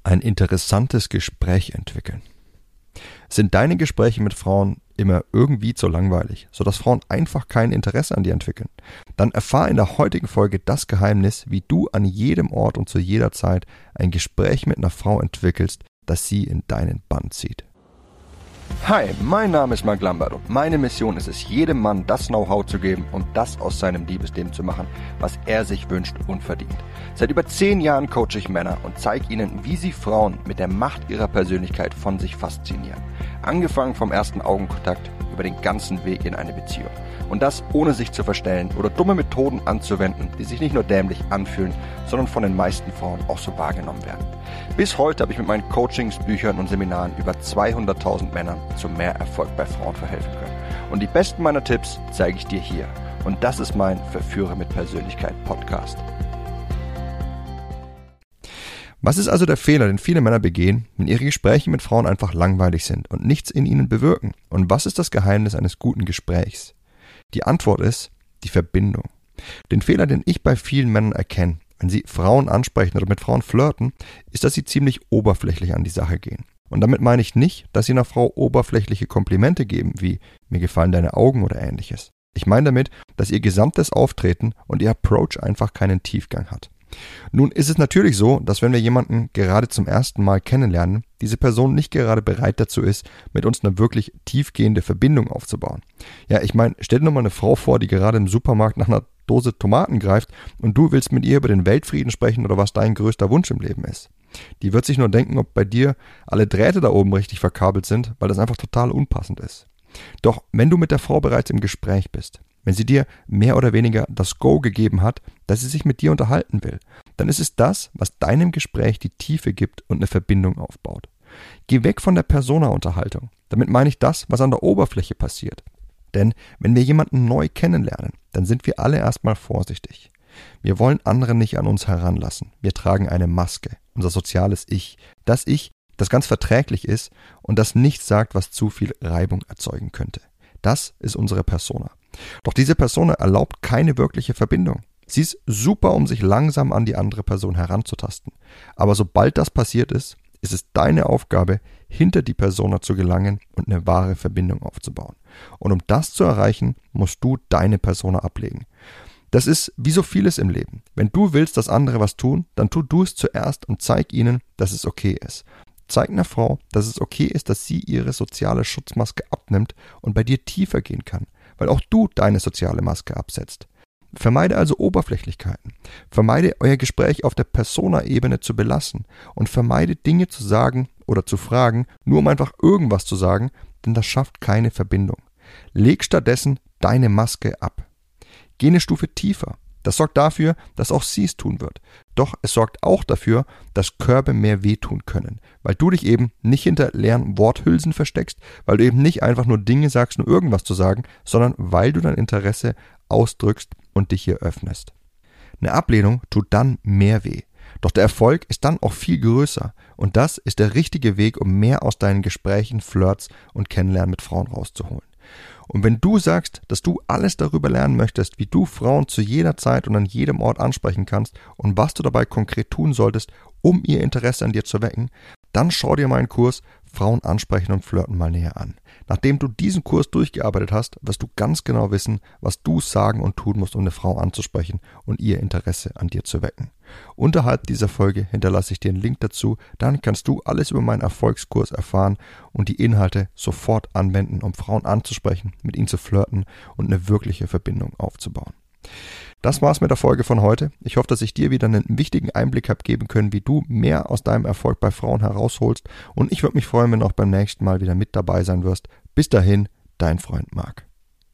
ein interessantes Gespräch entwickeln. Sind deine Gespräche mit Frauen immer irgendwie zu langweilig, sodass Frauen einfach kein Interesse an dir entwickeln? Dann erfahr in der heutigen Folge das Geheimnis, wie du an jedem Ort und zu jeder Zeit ein Gespräch mit einer Frau entwickelst, das sie in deinen Bann zieht. Hi, mein Name ist Mark Lambert und meine Mission ist es, jedem Mann das Know-how zu geben und das aus seinem Liebesleben zu machen, was er sich wünscht und verdient. Seit über 10 Jahren coache ich Männer und zeige ihnen, wie sie Frauen mit der Macht ihrer Persönlichkeit von sich faszinieren. Angefangen vom ersten Augenkontakt über den ganzen Weg in eine Beziehung. Und das ohne sich zu verstellen oder dumme Methoden anzuwenden, die sich nicht nur dämlich anfühlen, sondern von den meisten Frauen auch so wahrgenommen werden. Bis heute habe ich mit meinen Coachings, Büchern und Seminaren über 200.000 Männern zu mehr Erfolg bei Frauen verhelfen können. Und die besten meiner Tipps zeige ich dir hier. Und das ist mein Verführer mit Persönlichkeit Podcast. Was ist also der Fehler, den viele Männer begehen, wenn ihre Gespräche mit Frauen einfach langweilig sind und nichts in ihnen bewirken? Und was ist das Geheimnis eines guten Gesprächs? Die Antwort ist die Verbindung. Den Fehler, den ich bei vielen Männern erkenne, wenn sie Frauen ansprechen oder mit Frauen flirten, ist, dass sie ziemlich oberflächlich an die Sache gehen. Und damit meine ich nicht, dass sie einer Frau oberflächliche Komplimente geben, wie mir gefallen deine Augen oder ähnliches. Ich meine damit, dass ihr gesamtes Auftreten und ihr Approach einfach keinen Tiefgang hat. Nun ist es natürlich so, dass wenn wir jemanden gerade zum ersten Mal kennenlernen, diese Person nicht gerade bereit dazu ist, mit uns eine wirklich tiefgehende Verbindung aufzubauen. Ja, ich meine, stell dir doch mal eine Frau vor, die gerade im Supermarkt nach einer Dose Tomaten greift und du willst mit ihr über den Weltfrieden sprechen oder was dein größter Wunsch im Leben ist. Die wird sich nur denken, ob bei dir alle Drähte da oben richtig verkabelt sind, weil das einfach total unpassend ist. Doch wenn du mit der Frau bereits im Gespräch bist, wenn sie dir mehr oder weniger das Go gegeben hat, dass sie sich mit dir unterhalten will, dann ist es das, was deinem Gespräch die Tiefe gibt und eine Verbindung aufbaut. Geh weg von der Persona-Unterhaltung. Damit meine ich das, was an der Oberfläche passiert. Denn wenn wir jemanden neu kennenlernen, dann sind wir alle erstmal vorsichtig. Wir wollen andere nicht an uns heranlassen. Wir tragen eine Maske, unser soziales Ich. Das ganz verträglich ist und das nichts sagt, was zu viel Reibung erzeugen könnte. Das ist unsere Persona. Doch diese Persona erlaubt keine wirkliche Verbindung. Sie ist super, um sich langsam an die andere Person heranzutasten. Aber sobald das passiert ist, ist es deine Aufgabe, hinter die Persona zu gelangen und eine wahre Verbindung aufzubauen. Und um das zu erreichen, musst du deine Persona ablegen. Das ist wie so vieles im Leben. Wenn du willst, dass andere was tun, dann tu du es zuerst und zeig ihnen, dass es okay ist. Zeig einer Frau, dass es okay ist, dass sie ihre soziale Schutzmaske abnimmt und bei dir tiefer gehen kann, weil auch du deine soziale Maske absetzt. Vermeide also Oberflächlichkeiten. Vermeide euer Gespräch auf der Persona-Ebene zu belassen und vermeide Dinge zu sagen oder zu fragen, nur um einfach irgendwas zu sagen, denn das schafft keine Verbindung. Leg stattdessen deine Maske ab. Geh eine Stufe tiefer. Das sorgt dafür, dass auch sie es tun wird. Doch es sorgt auch dafür, dass Körbe mehr wehtun können, weil du dich eben nicht hinter leeren Worthülsen versteckst, weil du eben nicht einfach nur Dinge sagst, nur irgendwas zu sagen, sondern weil du dein Interesse ausdrückst und dich hier öffnest. Eine Ablehnung tut dann mehr weh. Doch der Erfolg ist dann auch viel größer und das ist der richtige Weg, um mehr aus deinen Gesprächen, Flirts und Kennenlernen mit Frauen rauszuholen. Und wenn du sagst, dass du alles darüber lernen möchtest, wie du Frauen zu jeder Zeit und an jedem Ort ansprechen kannst und was du dabei konkret tun solltest, um ihr Interesse an dir zu wecken, dann schau dir meinen Kurs Frauen ansprechen und flirten mal näher an. Nachdem du diesen Kurs durchgearbeitet hast, wirst du ganz genau wissen, was du sagen und tun musst, um eine Frau anzusprechen und ihr Interesse an dir zu wecken. Unterhalb dieser Folge hinterlasse ich dir einen Link dazu, dann kannst du alles über meinen Erfolgskurs erfahren und die Inhalte sofort anwenden, um Frauen anzusprechen, mit ihnen zu flirten und eine wirkliche Verbindung aufzubauen. Das war's mit der Folge von heute. Ich hoffe, dass ich dir wieder einen wichtigen Einblick habe geben können, wie du mehr aus deinem Erfolg bei Frauen herausholst. Und ich würde mich freuen, wenn du auch beim nächsten Mal wieder mit dabei sein wirst. Bis dahin, dein Freund Marc.